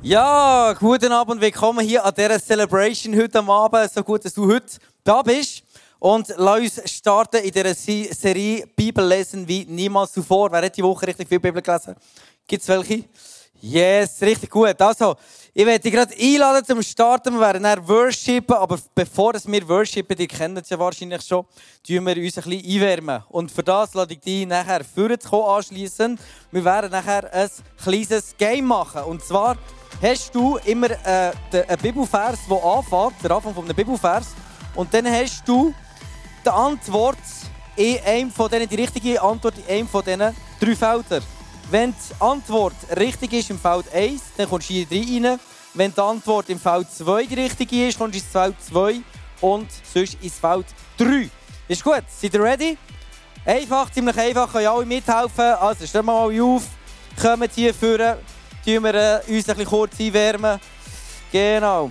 Ja, guten Abend, willkommen hier an dieser Celebration heute am Abend. So gut, dass du heute da bist. Und lass uns starten in dieser Serie Bibel lesen wie niemals zuvor. Wer hat die Woche richtig viel Bibel gelesen? Gibt es welche? Yes, richtig gut. Also, ich werde dich gerade einladen zum Starten. Wir werden dann worshipen, aber bevor wir worshipen, ihr kennt es ja wahrscheinlich schon, tun wir uns ein bisschen einwärmen. Und für das lade ich dich nachher vorzukommen anschliessend. Wir werden nachher ein kleines Game machen. Und zwar hast du immer einen Bibelvers, der anfängt, der Anfang eines Bibelvers. Und dann hast du die Antwort in einem von denen, die richtige Antwort in einem von diesen 3 Feldern. Wenn die Antwort richtig ist im Feld 1, dann kommst du hier rein. Wenn die Antwort im Feld 2 die richtige ist, kommst du ins Feld 2 und sonst ins Feld 3. Ist gut? Seid ihr ready? Einfach, ziemlich einfach, können alle mithelfen. Also stehen wir mal auf, kommen hier vorne, tun wir uns ein bisschen kurz einwärmen. Genau.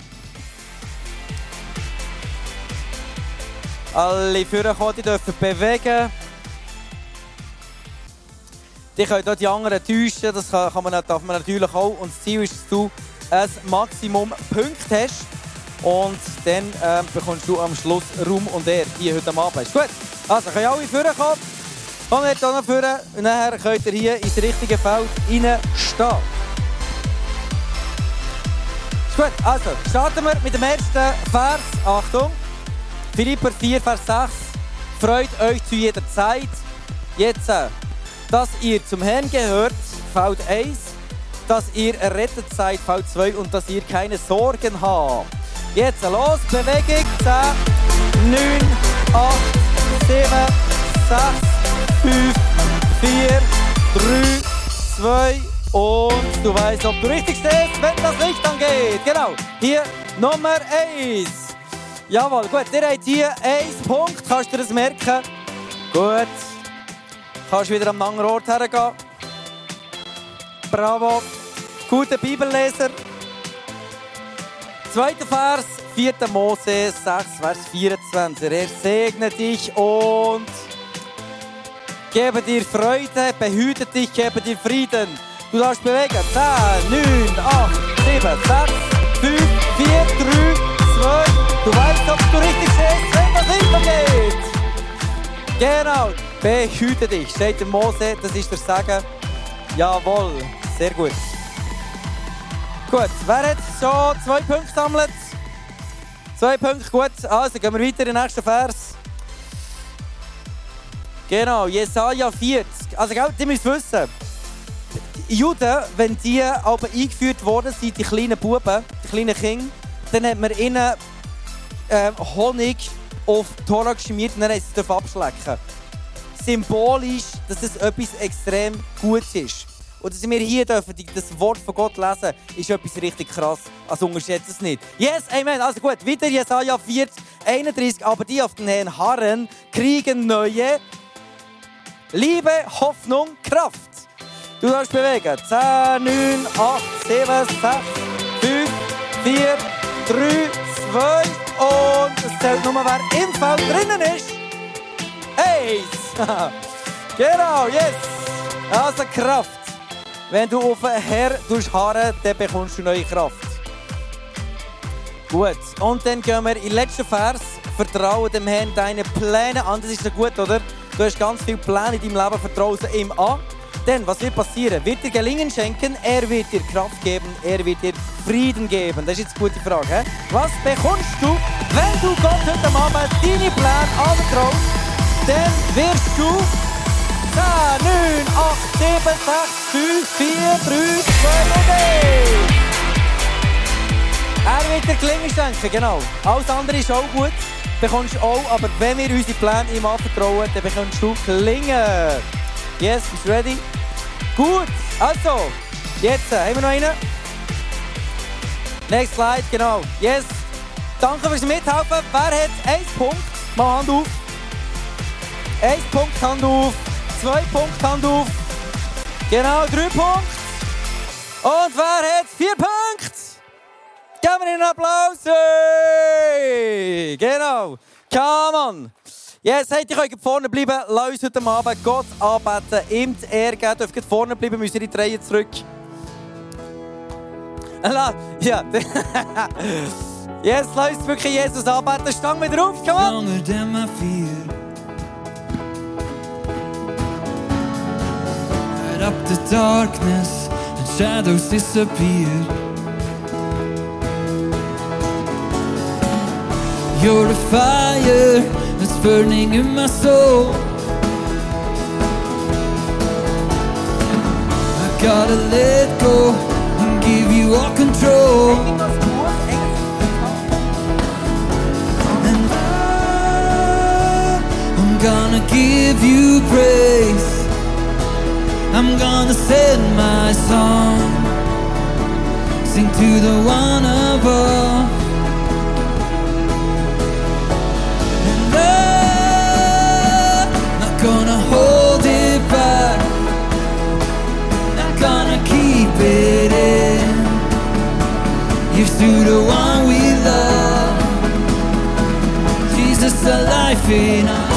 Alle vorne kommen, die dürfen bewegen. Die können auch die anderen täuschen, das darf man natürlich auch. Und das Ziel ist, dass du ein Maximum Punkte hast. Und dann bekommst du am Schluss Raum und Ehre hier heute Abend. Ist gut? Also, können alle vorkommen. Kommt jetzt hier nach vorne und nachher könnt ihr hier ins richtige Feld reinstehen. Ist gut? Also, starten wir mit dem ersten Vers. Achtung! Philipper 4, Vers 6. Freut euch zu jeder Zeit. Jetzt, dass ihr zum Herrn gehört, Feld 1, dass ihr errettet seid, Feld 2 und dass ihr keine Sorgen habt. Jetzt los, Bewegung, 10, 9, 8, 7, 6, 5, 4, 3, 2 und du weißt, ob du richtig stehst, wenn das Licht angeht. Genau, hier Nummer 1. Jawohl, gut, ihr habt hier 1 Punkt, kannst du das merken? Gut. Kannst wieder an einen anderen Ort hergehen. Bravo. Guter Bibelleser. Zweiter Vers, 4. Mose 6, Vers 24. Er segne dich und gebe dir Freude, behüte dich, gebe dir Frieden. Du darfst bewegen. 10, 9, 8, 7, 6, 5, 4, 3, 2. Du weißt, ob du richtig stehst, wenn das Licht angeht. Genau. Behüte dich, steht der Mose, das ist der Segen. Jawohl, sehr gut. Gut, wer hat schon 2 Punkte gesammelt? 2 Punkte, gut. Also gehen wir weiter in den nächsten Vers. Genau, Jesaja 40. Also, ihr müsst wissen, die Juden, wenn die aber eingeführt worden sind, die kleinen Buben, die kleinen Kinder, dann hat man ihnen Honig auf die Tora geschmiert und dann haben sie es abschlecken. Symbolisch, dass es etwas extrem Gutes ist. Und dass wir hier dürfen, das Wort von Gott lesen, ist etwas richtig krass. Also unterschätzt es nicht. Yes, Amen. Also gut, weiter Jesaja 40, 31. Aber die auf den Herrn harren, kriegen neue Liebe, Hoffnung, Kraft. Du darfst bewegen. 10, 9, 8, 7, 6, 5, 4, 3, 2 und es zählt nur, wer im Feld drinnen ist. 1. Genau, yes. Also Kraft. Wenn du auf den Herr harren, dann bekommst du neue Kraft. Gut. Und dann gehen wir in den letzten Vers. Vertraue dem Herrn deine Pläne an. Das ist so gut, oder? Du hast ganz viele Pläne in deinem Leben, vertraue sie ihm an. Denn was wird passieren? Wird dir Gelingen schenken? Er wird dir Kraft geben. Er wird dir Frieden geben. Das ist jetzt eine gute Frage. He? Was bekommst du, wenn du Gott heute Abend deine Pläne anvertraust? Dann wirst du 10, 9, 8, 7, 6, 5, 4, 3, 2 und 1. Er wird dir Gelingen schenken, genau. Alles andere ist auch gut, bekommst du auch. Aber wenn wir unsere Pläne ihm anvertrauen, dann bekommst du Gelingen. Yes, bist du ready? Gut, also, jetzt haben wir noch einen. Next slide, genau. Yes, danke fürs Mithelfen. Wer hat 1 Punkt? Mal Hand auf. 1 Punkt, Hand auf. 2 Punkte, Hand auf. Genau, 3 Punkte. Und wer hat 4 Punkte? Geben wir einen Applaus. Hey! Genau. Come on. Yes, hey, ihr könnt vorne bleiben. Lass uns heute Abend Gott anbeten. Ihm die Ehre geben. Dürft vorne bleiben, müssen in die Reihe zurück. Ja. Jetzt lass uns wirklich Jesus anbeten. Stang wieder auf, komm on. Longer than my fear. Light up the darkness and shadows disappear. You're a fire that's burning in my soul. I gotta let go and give you all control. And I'm gonna give you praise. I'm gonna sing my song, sing to the one above. Gonna hold it back, not gonna keep it in. Here's to the one we love, Jesus, the life in us.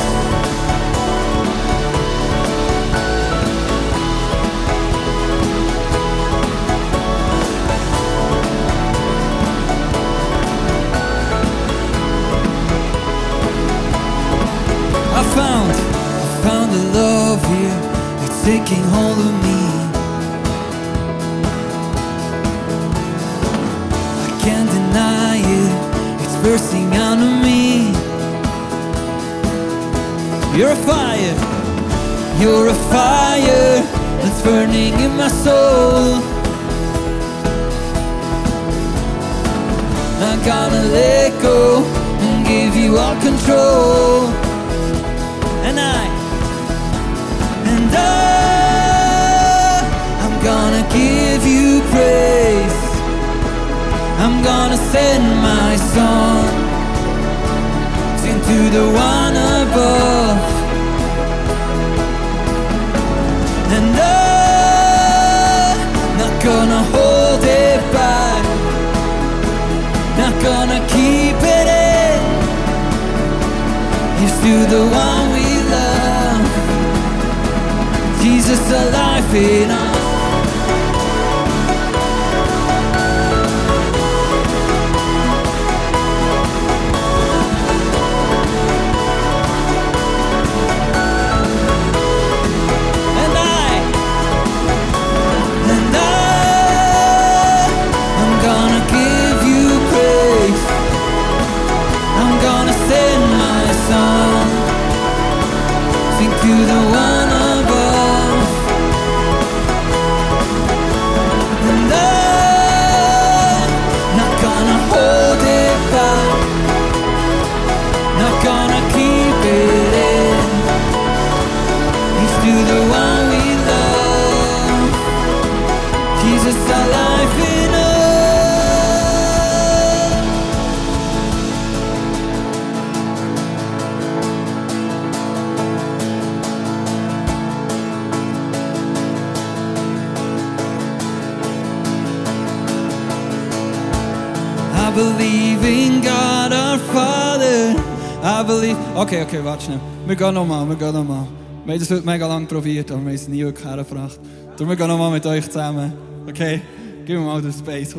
I found the love here, it's taking hold of me. I can't deny it, it's bursting out of me. You're a fire that's burning in my soul. I gotta let go and give you all control. I'm gonna give you praise. I'm gonna send my song, sing to the one above. And I'm not gonna hold it back, not gonna keep it in. Here's to the one we love, Jesus, the life in us. I'm gonna give you praise. I'm gonna sing my song, sing to the one above. And I'm not gonna hold it back, not gonna keep it in. He's to the one we love, Jesus, our life in us. I believe in God our Father. I believe... Okay, warte schnell. Wir gehen nochmal. Wir haben das heute mega lang probiert, aber wir haben es nie wirklich hergebracht. Darum wir gehen nochmal mit euch zusammen. Okay? Gib mir mal den Space.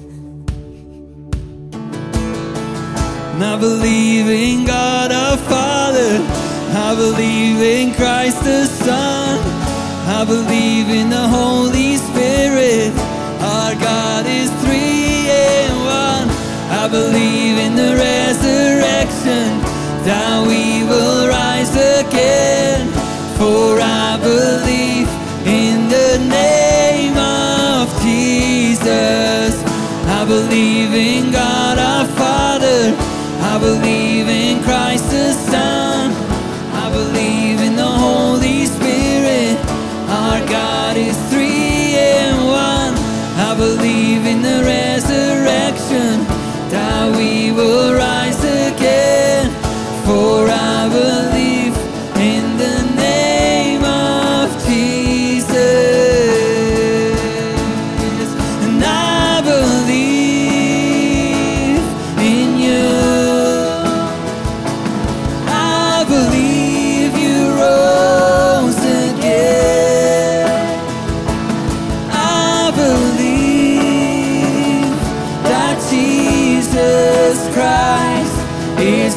And I believe in God our Father. I believe in Christ the Son. I believe in the Holy Spirit. Our God is 3 in 1. I believe in the resurrection, that we will rise again. For I believe in the name of Jesus. I believe in God our Father. I believe in Christ the Son. I believe in the Holy Spirit. Our God is 3 in 1. I believe in the resurrection, that we will rise again. For I believe in the name of Jesus. And I believe in you.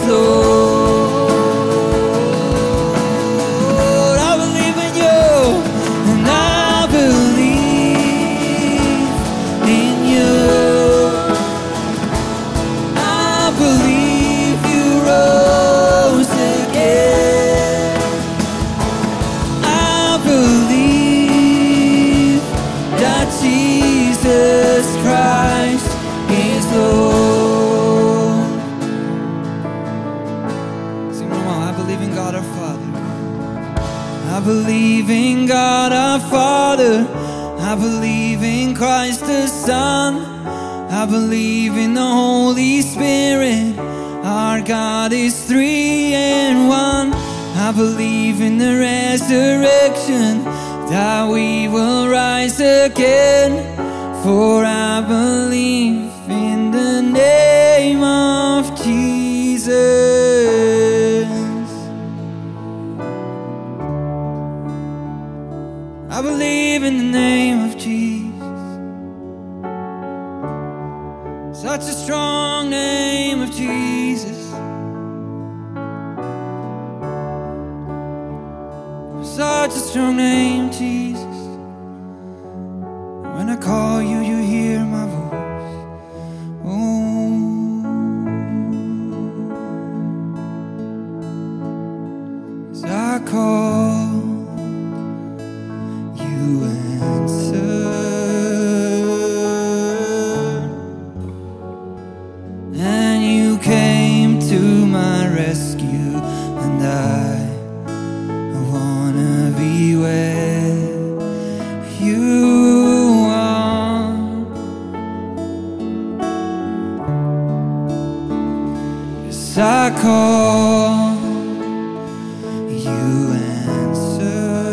Lord. I believe in you, and I believe in you. I believe you rose again. I believe that Jesus Christ is Lord. Sing one more. I believe in God our Father. I believe in God our Father. I believe in Christ the Son. I believe in the Holy Spirit. Our God is 3 in 1. I believe in the resurrection, that we will rise again. For I believe in the name of Jesus. I believe in the name of Jesus. Such a strong name of Jesus. Such a strong name, Jesus. When I call you, you hear my voice. Oh, as I call, you answer, and you came to my rescue, and I wanna be where you are. As I call, you answer,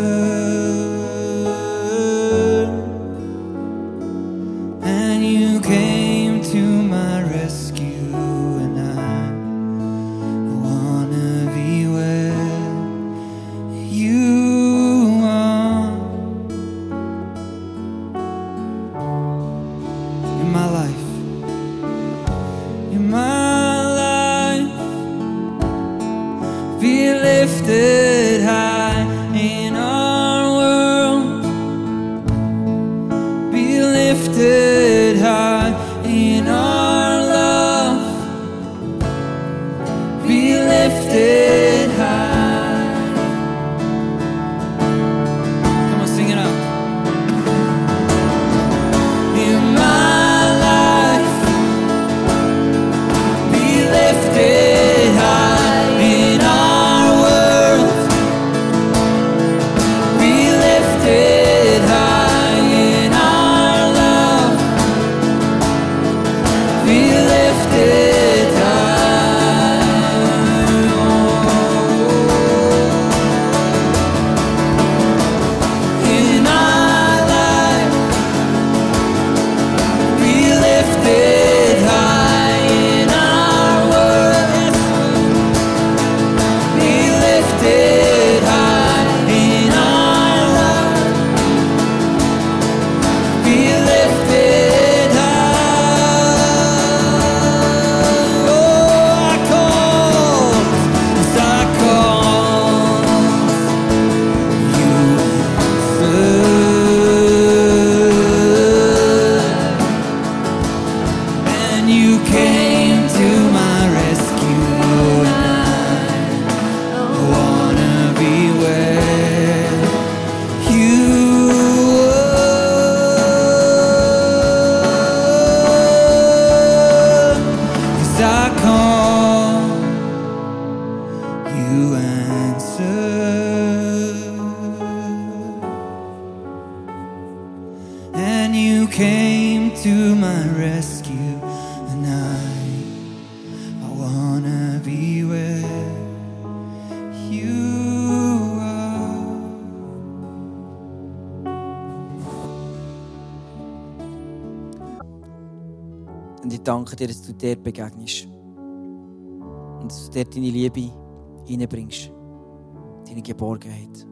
and you came to my rescue, and I wanna be where you are. In my life, in my life, be lifted high in our world, be lifted high in our love, be lifted high. Come on, sing it out. In my life, be lifted high in our world, be lifted high in our love, be lifted high. In our life, be lifted high in our world, be lifted high in our love, be lifted high. Oh, I call, as I call, you answered, and you came to my rescue, and I wanna be where you are. 'Cause I call, you answer, and you came to my rescue, and I wanna be where you are. Und ich danke dir, dass du dir begegnest. Und dass du dir deine Liebe reinbringst. Deine Geborgenheit.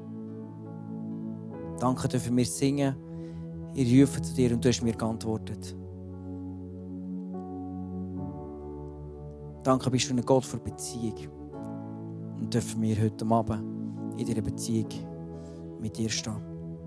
Danke dir für mir singen. Ich rufe zu dir und du hast mir geantwortet. Danke, bist du ein Gott für Beziehung. Und dürfen wir heute Abend in dieser Beziehung mit dir stehen.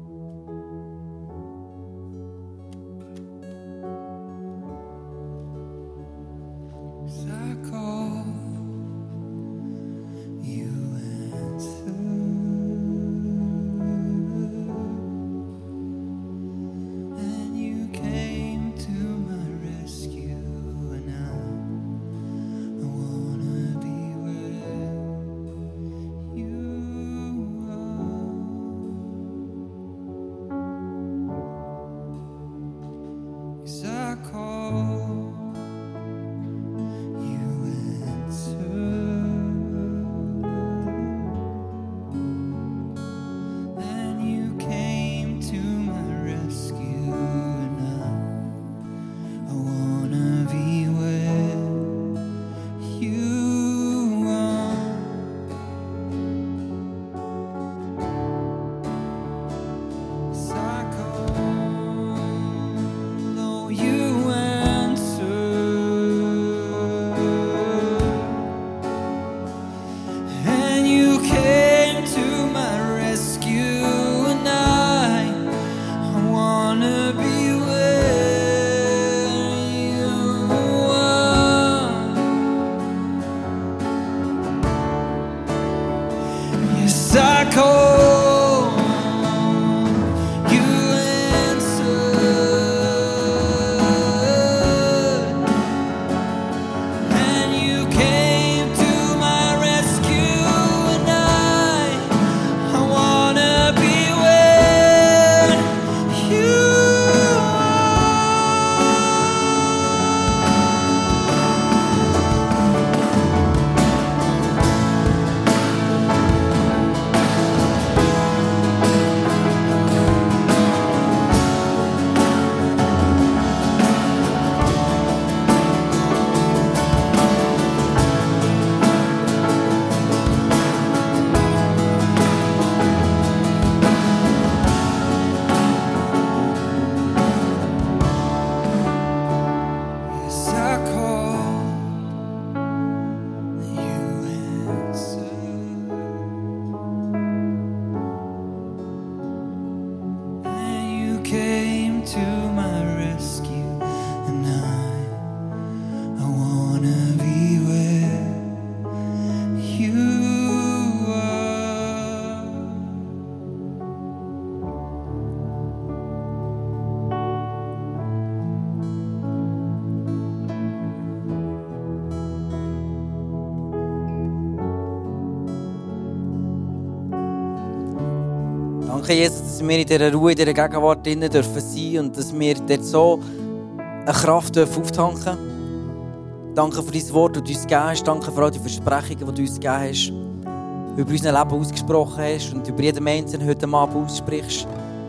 Danke, Jesus, dass wir in dieser Ruhe, in dieser Gegenwart sein dürfen und dass wir dort so eine Kraft auftanken dürfen. Danke für dein Wort, das du uns gegeben hast. Danke für all die Versprechungen, die du uns gegeben hast. Über unser Leben ausgesprochen hast und über jeden Menschen heute Abend aussprichst.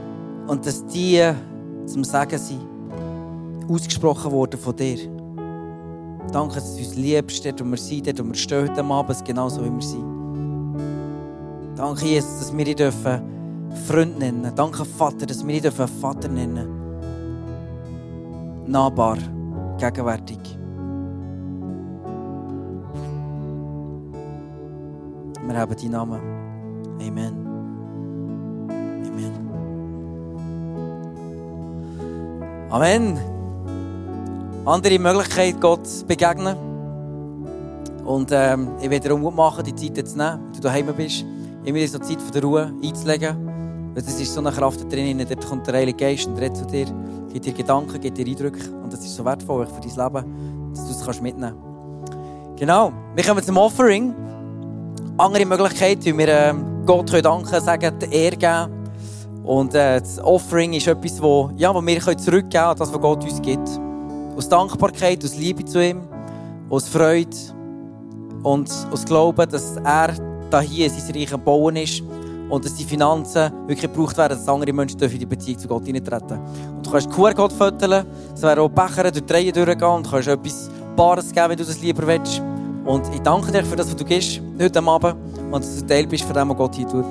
Und dass die zum Segen sind, ausgesprochen worden von dir. Danke, dass du uns liebst, dort wo wir sind, dort wo wir stehen heute Abend, genauso wie wir sind. Danke, Jesus, dass wir dich Freund nennen. Danke, Vater, dass wir dich Vater nennen. Nahbar, gegenwärtig. Wir haben deinen Namen. Amen. Amen. Amen. Andere Möglichkeit, Gott zu begegnen. Und ich will dir Mut machen, die Zeit zu nehmen, wenn du daheim bist. Immer so Zeit von der Ruhe einzulegen. Das ist so eine Kraft drin, dort kommt der Heilige Geist und redet zu dir, gibt dir Gedanken, gibt dir Eindrücke. Und das ist so wertvoll für dein Leben, dass du es mitnehmen kannst. Genau, wir kommen zum Offering. Andere Möglichkeit, wie wir Gott danken können, sagen, die Ehre geben. Und das Offering ist etwas, wo wir zurückgeben können an das, was Gott uns gibt. Aus Dankbarkeit, aus Liebe zu ihm, aus Freude und aus Glauben, dass er da hier in sein Reich am Bauen ist und dass die Finanzen wirklich gebraucht werden, dass andere Menschen in die Beziehung zu Gott hineintreten. Und du kannst QR-Code fotografieren, es werden auch Becher durch die Reihe durchgehen und du kannst etwas Bares geben, wenn du das lieber willst. Und ich danke dir für das, was du gibst heute Abend und dass du Teil bist von dem, was Gott hier tut.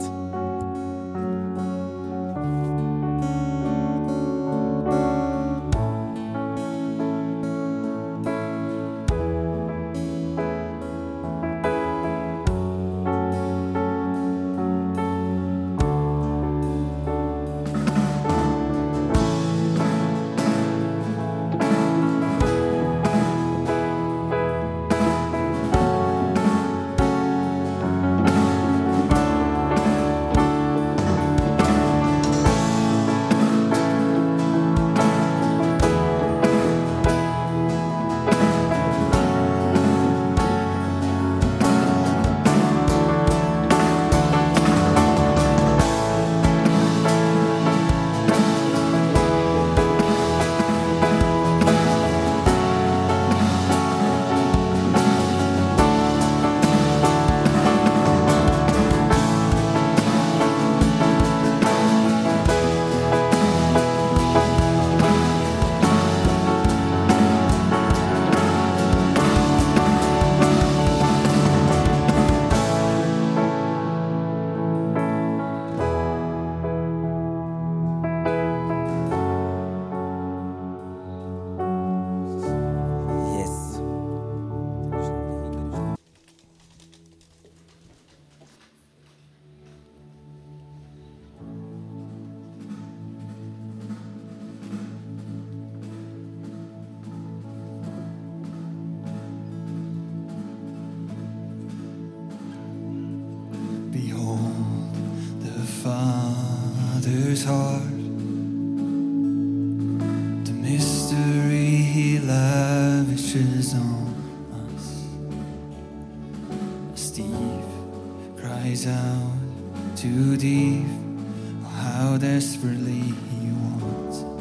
Father's heart, the mystery He lavishes on us. Steve cries out too deep, oh, how desperately He wants us.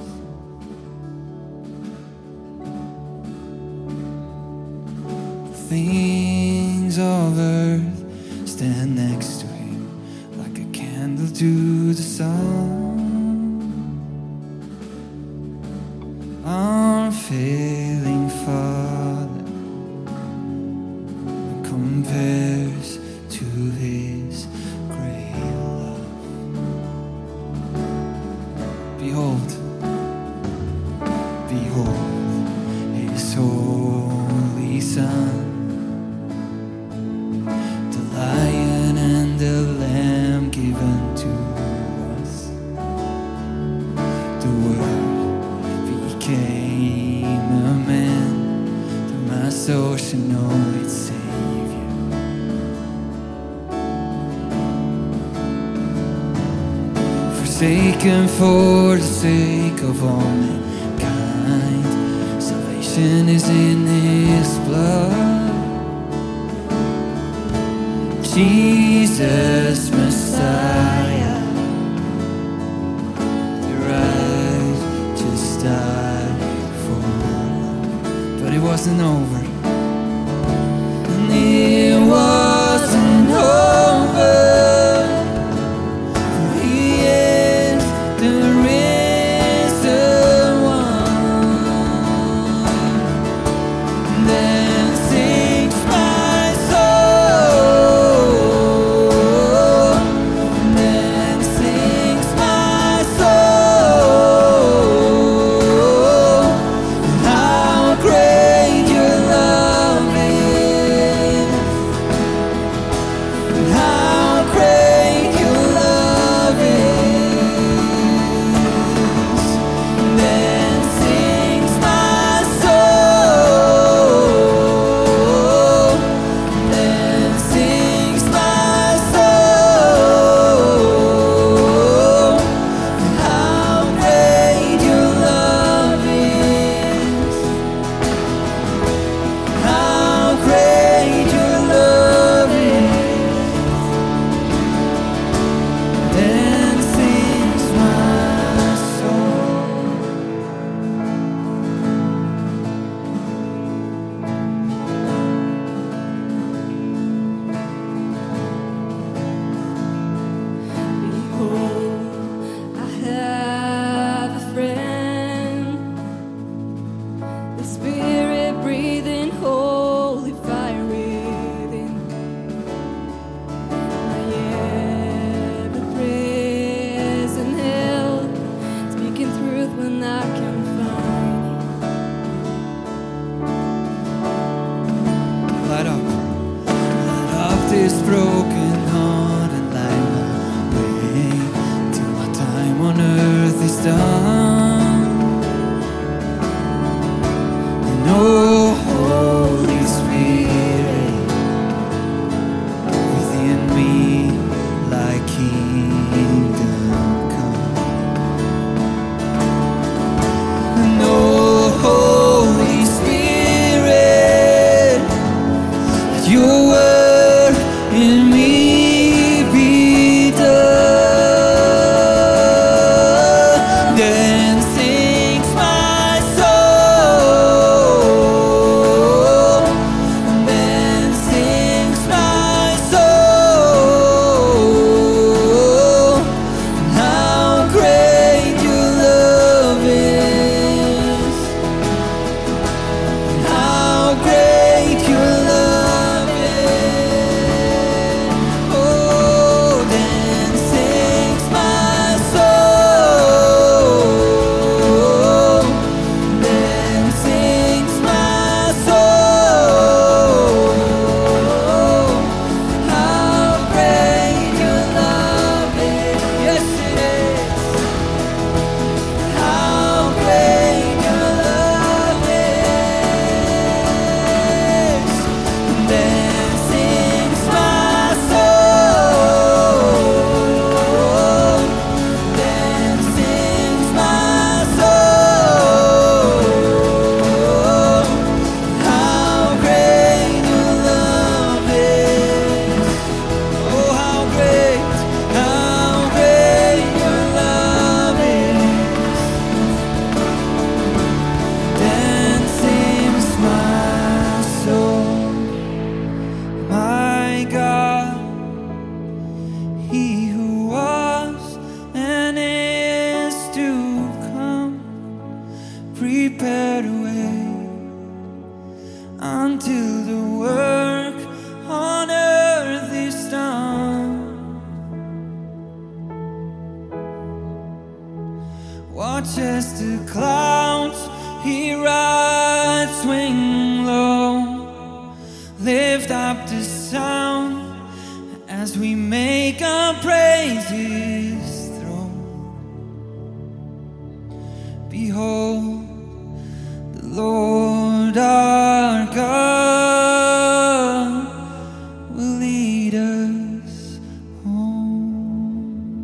The things of earth stand next to Him like a candle to the sun. Unfailing Father compares to His great love. Behold, behold His holy Son, the Lion and the Lamb given to us. The Word became a man, that my soul should know its Savior. Forsaken for the sake of all mankind, salvation is in His blood. Jesus Messiah, the righteous died for love. But it wasn't over. And it wasn't over. For He is the risen one. Then sings my soul. Then sings my soul. How great Your love prepared a way until the work on earth is done. Watch as the clouds He rides swing low, lift up the sound as we make our praises throne. Behold, the Lord our God will lead us home.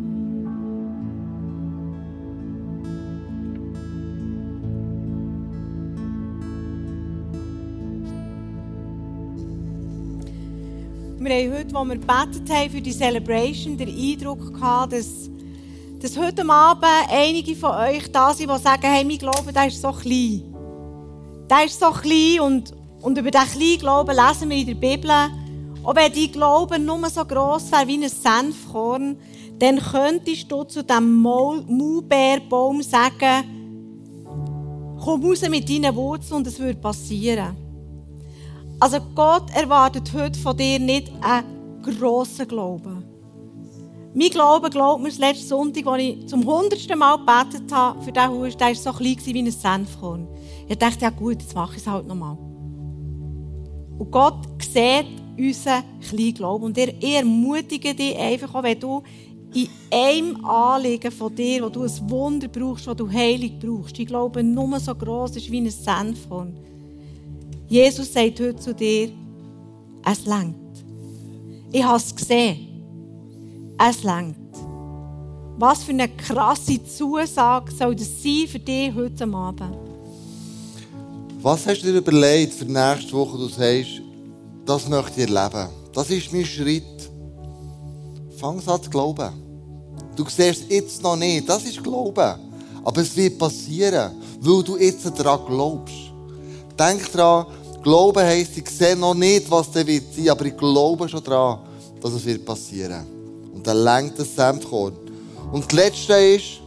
Wir haben heute, als wir gebetet haben für die Celebration, den Eindruck gehabt, dass heute Abend einige von euch da sind, die sagen, hey, mein Glaube, der ist so klein. Der ist so klein und über diesen kleinen Glauben lesen wir in der Bibel. Auch wenn dein Glaube nur so gross wäre wie ein Senfkorn, dann könntest du zu diesem Maulbeerbaum sagen, komm raus mit deinen Wurzeln und es würde passieren. Also Gott erwartet heute von dir nicht einen grossen Glauben. Mein Glaube, glaubt mir, letzten Sonntag, als ich zum 100. Mal gebetet habe für diesen Haus, der war so klein wie ein Senfkorn. Ich dachte, ja gut, jetzt mache ich es halt nochmal. Und Gott sieht unseren kleinen Glauben. Und ich ermutige dich einfach, auch wenn du in einem Anliegen von dir, wo du ein Wunder brauchst, wo du Heilung brauchst, dein Glaube nur so gross ist wie ein Senfkorn. Jesus sagt heute zu dir, es reicht. Ich habe es gesehen. Es reicht. Was für eine krasse Zusage soll das sein für dich heute Abend? Was hast du dir überlegt für die nächste Woche, du sagst, das möchte ich erleben? Das ist mein Schritt. Fang an zu glauben. Du siehst es jetzt noch nicht, das ist Glauben. Aber es wird passieren, weil du jetzt daran glaubst. Denk daran, Glauben heisst, ich sehe noch nicht, was da wird sein, aber ich glaube schon daran, dass es wird passieren. Und dann lenkt das Senfkorn. Und das Letzte ist,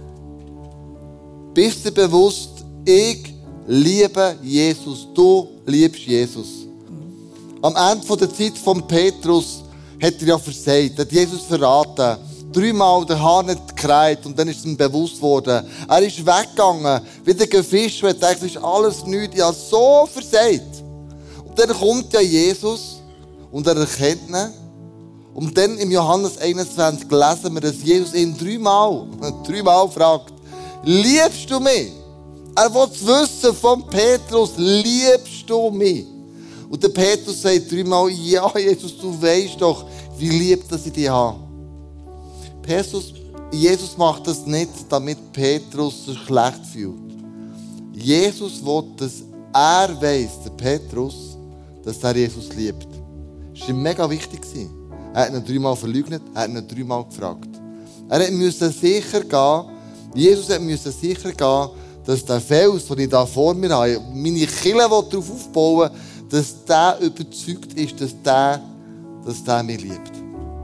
bist du bewusst, ich liebe Jesus, du liebst Jesus. Am Ende der Zeit von Petrus hat er ja versagt, hat Jesus verraten. 3-mal der Hahn nicht gekräht und dann ist es ihm bewusst geworden. Er ist weggegangen, wieder gefischt und dachte, das ist alles nichts, ich habe so versagt. Und dann kommt ja Jesus und er erkennt ihn. Und dann im Johannes 21 lesen wir, dass Jesus ihn 3-mal fragt, liebst du mich? Er will wissen von Petrus, liebst du mich? Und der Petrus sagt 3-mal, ja Jesus, du weißt doch, wie lieb dass ich dich habe. Jesus macht das nicht, damit Petrus sich schlecht fühlt. Jesus will, dass er weiss, der Petrus, dass er Jesus liebt. Das war ihm mega wichtig. Er hat ihn 3-mal verleugnet, er hat ihn 3-mal gefragt. Er musste sicher gehen, Jesus musste sicher gehen, dass der Fels, den ich da vor mir habe, meine Kirche darauf aufbauen will, dass der überzeugt ist, dass der mich liebt.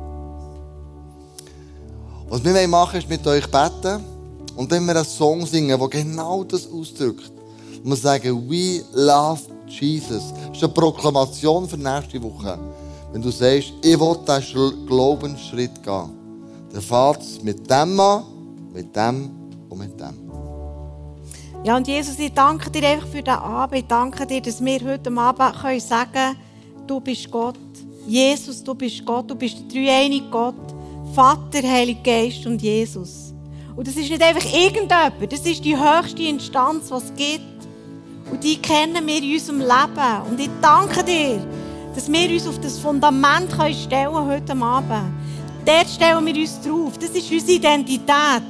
Was wir machen, ist mit euch beten und dann wir einen Song singen, der genau das ausdrückt. Und wir sagen, we love Jesus. Das ist eine Proklamation für nächste Woche. Wenn du sagst, ich will diesen Glaubensschritt gehen, dann fährt es mit dem an, mit dem und mit dem. Ja, und Jesus, ich danke dir einfach für diesen Abend. Ich danke dir, dass wir heute Abend sagen können, du bist Gott. Jesus, du bist Gott. Du bist der dreieinige Gott. Vater, Heiliger Geist und Jesus. Und das ist nicht einfach irgendjemand. Das ist die höchste Instanz, die es gibt. Und die kennen wir in unserem Leben. Und ich danke dir, dass wir uns auf das Fundament stellen können heute Abend. Dort stellen wir uns drauf. Das ist unsere Identität.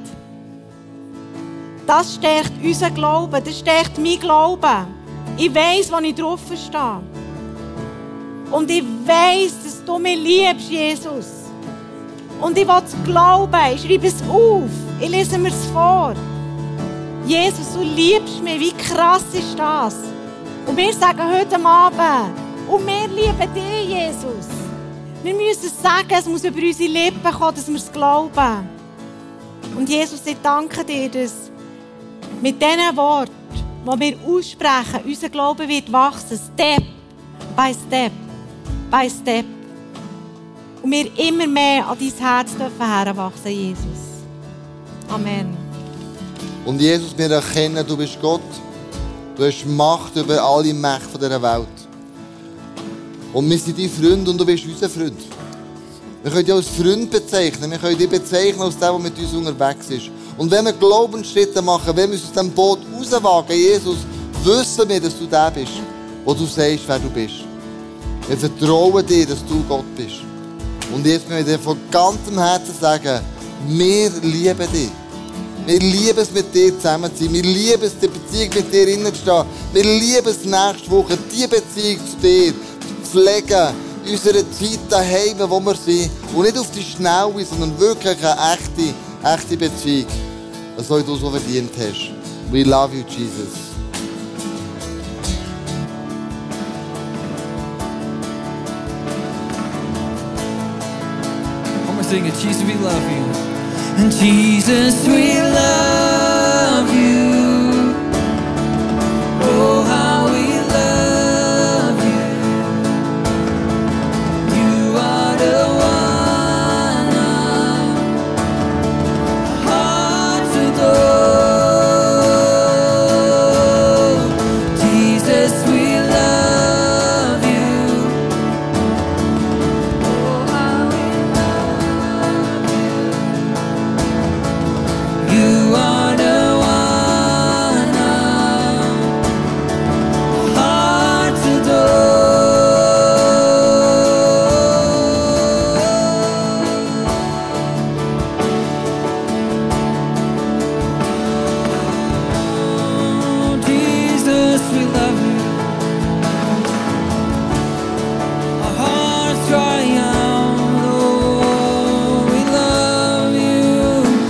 Das stärkt unseren Glauben. Das stärkt meinen Glauben. Ich weiss, wo ich drauf stehe. Und ich weiss, dass du mich liebst, Jesus. Und ich will es glauben. Ich schreibe es auf. Ich lese mir es vor. Jesus, du liebst mich. Wie krass ist das? Und wir sagen heute Abend, und wir lieben dich, Jesus. Wir müssen es sagen, es muss über unsere Lippen kommen, dass wir es glauben. Und Jesus, ich danke dir, dass mit diesen Worten wo wir aussprechen, unser Glaube wird wachsen, Step by Step by Step. Und wir immer mehr an dein Herz heranwachsen, Jesus. Amen. Und Jesus, wir erkennen, du bist Gott. Du hast Macht über alle Mächte dieser Welt. Und wir sind dein Freund und du bist unser Freund. Wir können dich als Freund bezeichnen. Wir können dich bezeichnen als der, der mit uns unterwegs ist. Und wenn wir Glaubensschritte machen, wenn wir uns aus diesem Boot rauswagen, Jesus, wissen wir, dass du der bist, wo du sagst, wer du bist. Wir vertrauen dir, dass du Gott bist. Und jetzt möchte ich dir von ganzem Herzen sagen, wir lieben dich. Wir lieben es, mit dir zusammen zu sein. Wir lieben es, die Beziehung mit dir hineinzustehen. Wir lieben es, nächste Woche die Beziehung zu dir zu pflegen. In unserer Zeit daheim, wo wir sind. Und nicht auf die Schnelle, sondern wirklich eine echte Beziehung. So wie du so verdient hast. We love you, Jesus. Sing it, Jesus, we love you. And Jesus, we love you. Oh, how we love you. You are the one our hearts adore. Jesus, we love you. Oh, how we You are the one our hearts adore. Jesus, we love you. Our hearts cry out, oh, we love you.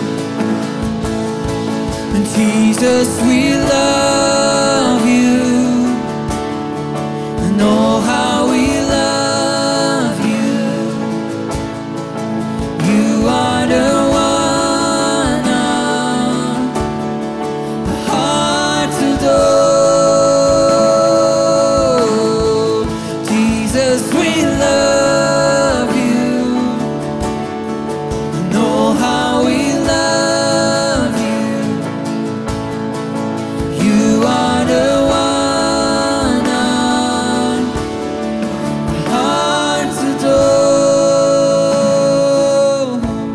And Jesus, we love you. And oh, how we love you. You are the one our hearts adore. Jesus, we love you. And oh, how we love you. You are the one our hearts adore.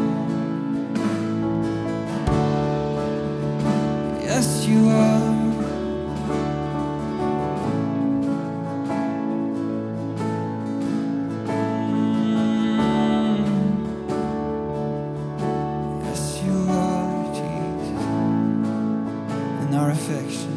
Yes, you are. Yes, you are, Jesus. And our affection.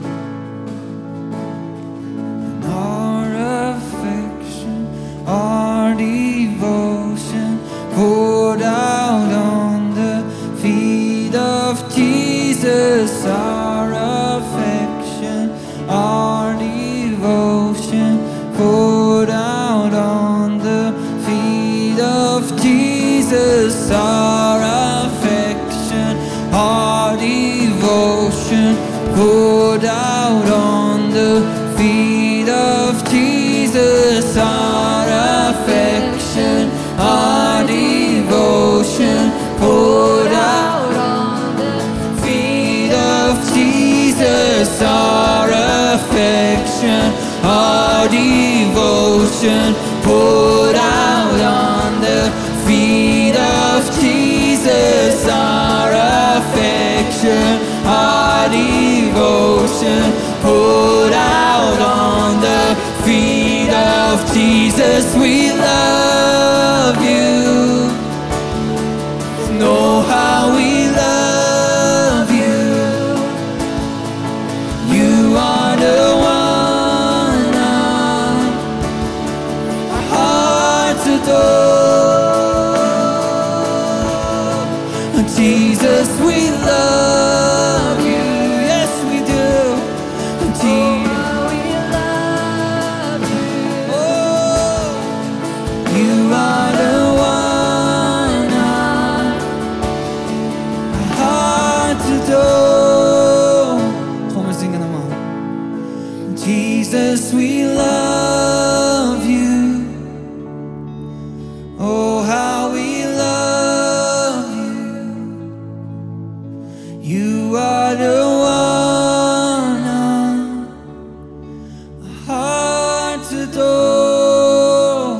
And our affection, our devotion poured out on the feet of Jesus. Our affection, our devotion poured out on the feet of Jesus. Our affection, our devotion poured out on the feet of Jesus. Our affection, our devotion poured out on the feet of Jesus. Our affection, our devotion poured out on the feet of Jesus. Our affection, our devotion poured out on the feet of Jesus. We love you. Know how we love you. You are the one our hearts adore. Jesus, we love you. Yes, we do. Jesus, we love you. Oh, Jesus, we love you. Oh, how we love you. You are the one our hearts adore.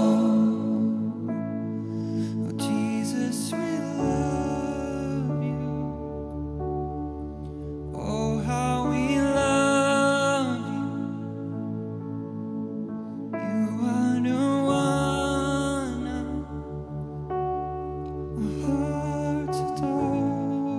Oh, Jesus, we love you. Oh, how we love you. You are the one our hearts adore.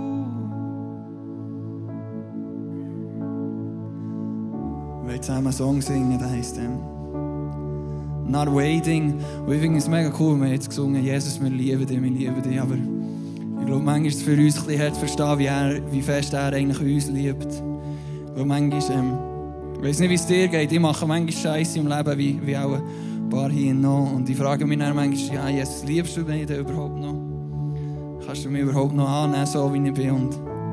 Wir wollen zusammen einen Song singen, der heisst Not Waiting. Und ich finde es mega cool, wir haben jetzt gesungen, Jesus, wir lieben dich, aber ich glaube, manchmal ist es für uns ein bisschen hart zu verstehen, wie fest er eigentlich uns liebt. Ich glaube, manchmal, ich weiß nicht, wie es dir geht, ich mache manchmal Scheiße im Leben, wie auch ein paar hier noch. Und ich frage mich dann manchmal, ja, Jesus, liebst du mich denn überhaupt noch? Kannst du mich überhaupt noch annehmen, so wie ich bin? Und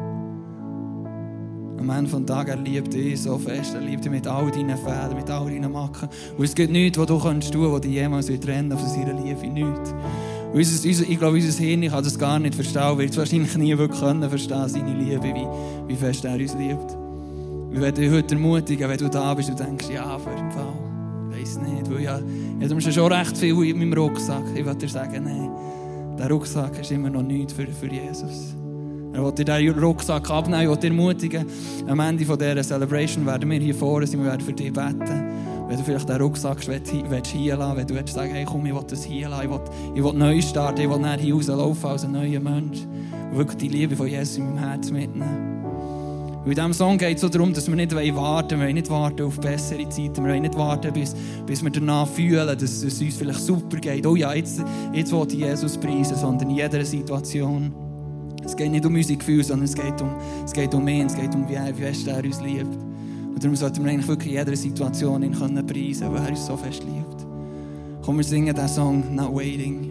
am Ende des Tages, er liebt dich so fest, er liebt dich mit all deinen Fehlern, mit all deinen Macken. Und es gibt nichts, was du tun kannst, was dich jemals trennen von seiner Liebe, nichts. Und ich glaube, unser Hirn kann das gar nicht verstehen, wird es wahrscheinlich nie wirklich verstehen, seine Liebe, wie fest er uns liebt. Ich werde dich heute ermutigen, wenn du da bist und denkst, ja, für den Fall, ich weiss nicht, weil ich habe schon recht viel in meinem Rucksack. Ich will dir sagen, nein, der Rucksack ist immer noch nichts für Jesus. Er will dir diesen Rucksack abnehmen, ich will dir ermutigen. Am Ende dieser Celebration werden wir hier vorne sein, wir werden für dich beten. Wenn du vielleicht den Rucksack hier lassen, wenn du sagen, hey, komm, ich will das hier lassen, ich will neu starten, ich will nicht hier rauslaufen als ein neuer Mensch. Und wirklich die Liebe von Jesus in meinem Herz mitnehmen. Und in diesem Song geht es so darum, dass wir nicht warten wollen. Wir wollen nicht warten auf bessere Zeiten. Wir wollen nicht warten, bis wir danach fühlen, dass es uns vielleicht super geht. Oh ja, jetzt will ich Jesus preisen, sondern in jeder Situation. Es geht nicht um unsere Gefühle, sondern es geht um ihn, es geht um wie fest er uns liebt. Und darum sollten wir eigentlich wirklich in jeder Situation ihn preisen können, weil er uns so fest liebt. Komm, wir singen diesen Song «Not Waiting».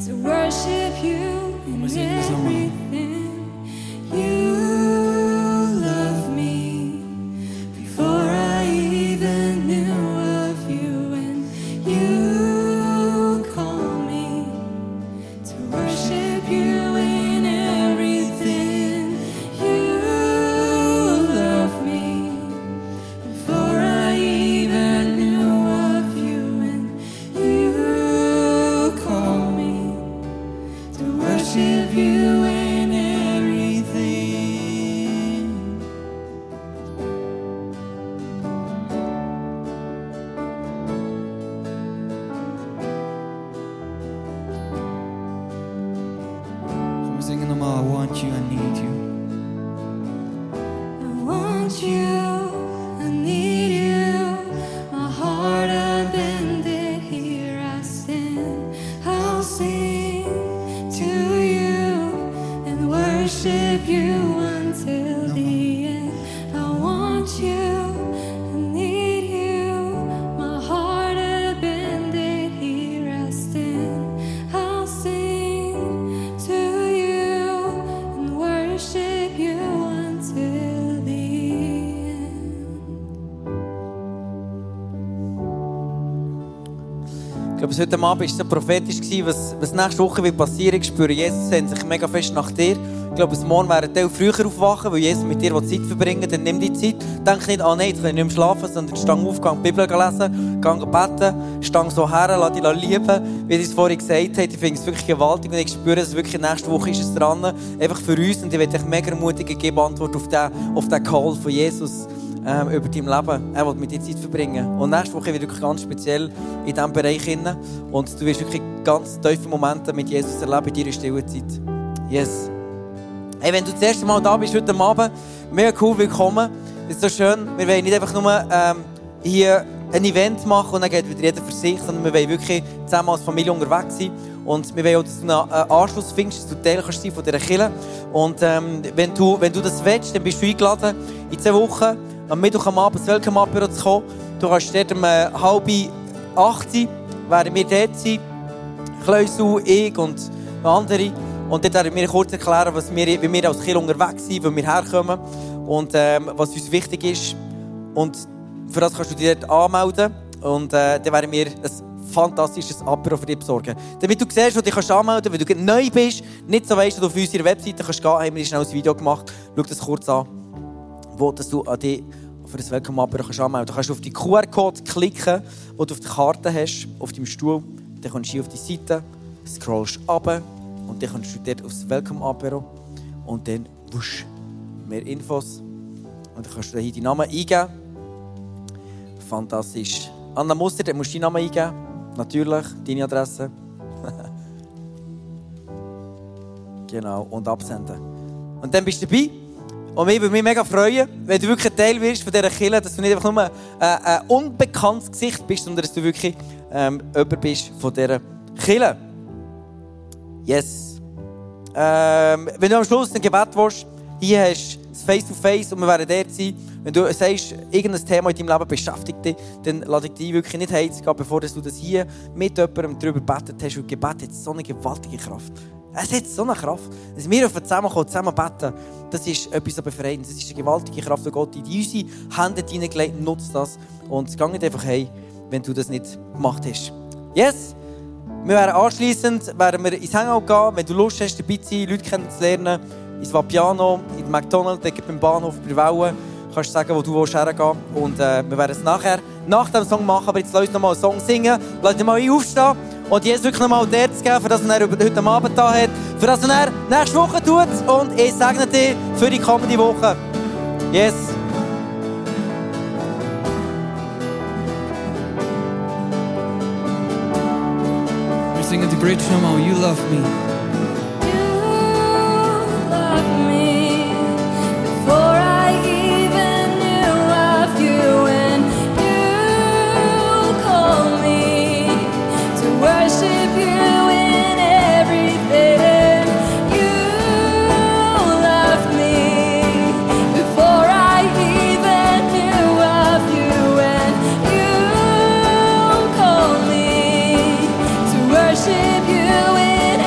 to worship you in everything. You love me before I even knew of you, and you call me to worship you in everything. You love me before I even knew of you, and you call me to worship you in everything. Komm, wir singen nochmal I want you, I need you. I want you, I need you. My heart abandoned, here I stand. I'll sing to you and worship you until the end. I want you, I need you. My heart abandoned, here I stand. I'll sing to you and worship you until the end. Ich glaube, heute Abend war es so prophetisch, was nächste Woche wird passieren. Ich spüre, Jesus sehnt sich mega fest nach dir. Ich glaube, morgen wäre ein Teil früher aufwachen, weil Jesus mit dir Zeit verbringen will. Dann nimm die Zeit. Denk nicht, nein, jetzt kann ich nicht mehr schlafen, sondern stang auf, geh die Bibel lesen, geh beten, stang so her, lass dich lieben. Wie ich es vorhin gesagt habe, ich finde es wirklich gewaltig und ich spüre, dass wirklich nächste Woche ist es dran. Einfach für uns. Und ich werde dich mega ermutigen, geben Antwort auf den Call von Jesus. Über dein Leben. Er will mit dir Zeit verbringen. Und nächste Woche wird wirklich ganz speziell in diesem Bereich hin. Und du wirst wirklich ganz tiefe Momente mit Jesus erleben in deiner stillen Zeit. Yes. Hey, wenn du das erste Mal da bist heute Abend, mega cool, willkommen. Es ist so schön. Wir wollen nicht einfach nur hier ein Event machen und dann geht wieder jeder für sich, sondern wir wollen wirklich zusammen als Familie unterwegs sein. Und wir wollen auch, dass du einen Anschluss findest, dass du Teil kannst sein von dieser Kirche. Und wenn du das willst, dann bist du eingeladen, in 2 Wochen am Mittwoch am Abend ins Welcome-Apero zu kommen. Du kannst dort um 7:30 werden wir dort sein. Kleusel, ich und andere. Und dort werden wir kurz erklären, wie wir als Kirche unterwegs sind, wo wir herkommen und was uns wichtig ist. Und für das kannst du dich dort anmelden. Und dann werden wir ein fantastisches Apero für dich besorgen. Damit du siehst, wo du dich anmelden kannst, wenn du neu bist, nicht so weißt, dass du auf unserer Webseite kannst gehen, haben wir schnell ein Video gemacht. Schau das kurz an, wo du an dich für das Welcome-Apero anmelden kannst. Du kannst auf die QR-Code klicken, den du auf der Karte hast, auf deinem Stuhl. Dann kommst du hier auf die Seite, scrollst runter und dann kommst du dort aufs Welcome-Apero und dann wusch, mehr Infos. Und dann kannst du hier deinen Namen eingeben. Fantastisch. Anna Muster, dann musst du deinen Namen eingeben. Natürlich, deine Adresse. Genau, und absenden. Und dann bist du dabei. Und ich würde mich mega freuen, wenn du wirklich ein Teil wirst von dieser Kirche, dass du nicht einfach nur ein unbekanntes Gesicht bist, sondern dass du wirklich jemand bist von dieser Kirche. Yes. Wenn du am Schluss ein Gebet willst, hier hast du das Face-to-Face und wir werden dort sein. Wenn du sagst, irgendein Thema in deinem Leben beschäftigt dich, dann lade ich dich wirklich nicht heimzugehen, bevor du das hier mit jemandem darüber gebetet hast. Und Gebet hat so eine gewaltige Kraft. Es hat so eine Kraft. Dass wir zusammenkommen, zusammen beten, das ist etwas so Befreiendes. Das ist eine gewaltige Kraft, die Gott in unsere Hände hineingelegt. Nutzt das. Und geh nicht einfach heim, wenn du das nicht gemacht hast. Yes! Wir werden anschliessend ins Hangout gehen, wenn du Lust hast, dabei zu sein, Leute kennenzulernen. Ins Vapiano, in McDonald's, beim Bahnhof bei Wellen. Kannst du sagen, wo du hergehen willst. Und wir werden es nachher, nach dem Song machen. Aber jetzt lass uns noch mal einen Song singen. Lass dich mal aufstehen. Und Jesus wirklich noch mal der zu geben, für das er heute Abend da hat. Für das er nächste Woche tut. Und ich segne dich für die kommende Woche. Yes. Wir singen die Bridge nochmal. You love me. Worship you in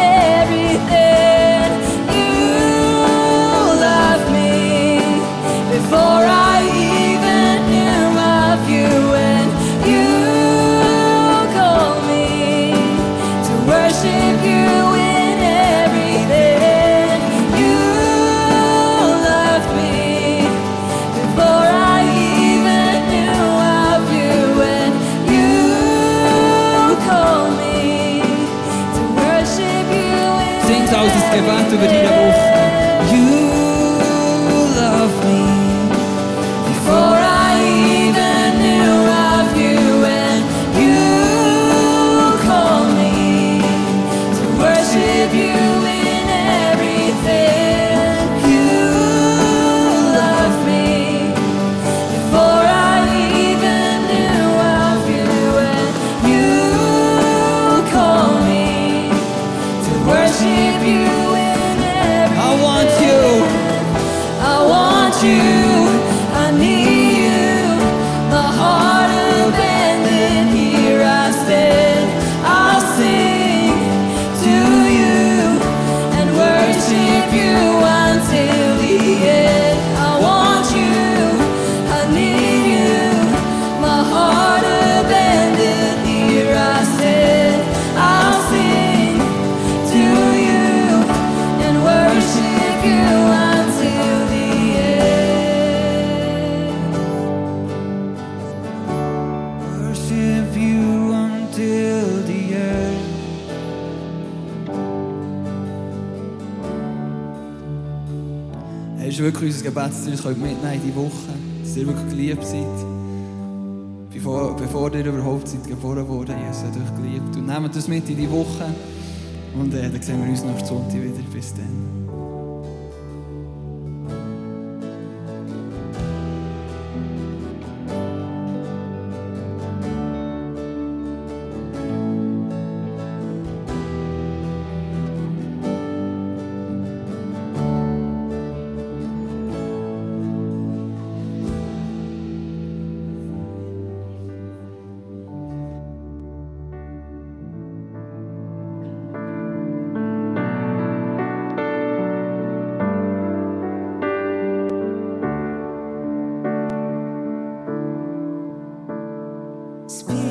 als ein Gebet über deine Woche. You love me before I even knew of you, and you call me to worship you in everything. You love me before I even knew of you, and you call me to worship you in everything. I want you. I want you. I need you. My heart abandoned. Here I stand. I'll sing to you and worship you until the end. I want you. I need you. My heart abandoned. Here I stand. I'll sing to you and worship you until the end. Worship you until the end. Es ist wirklich unser Gebetsziel, das könnt ihr mitnehmen in die Woche, dass ihr wirklich geliebt seid. Bevor ihr überhaupt seid geboren worden, Jesus hat euch geliebt. Und nehmt das mit in die Woche. Und dann sehen wir uns nächsten Sonntag wieder. Bis dann. Spirit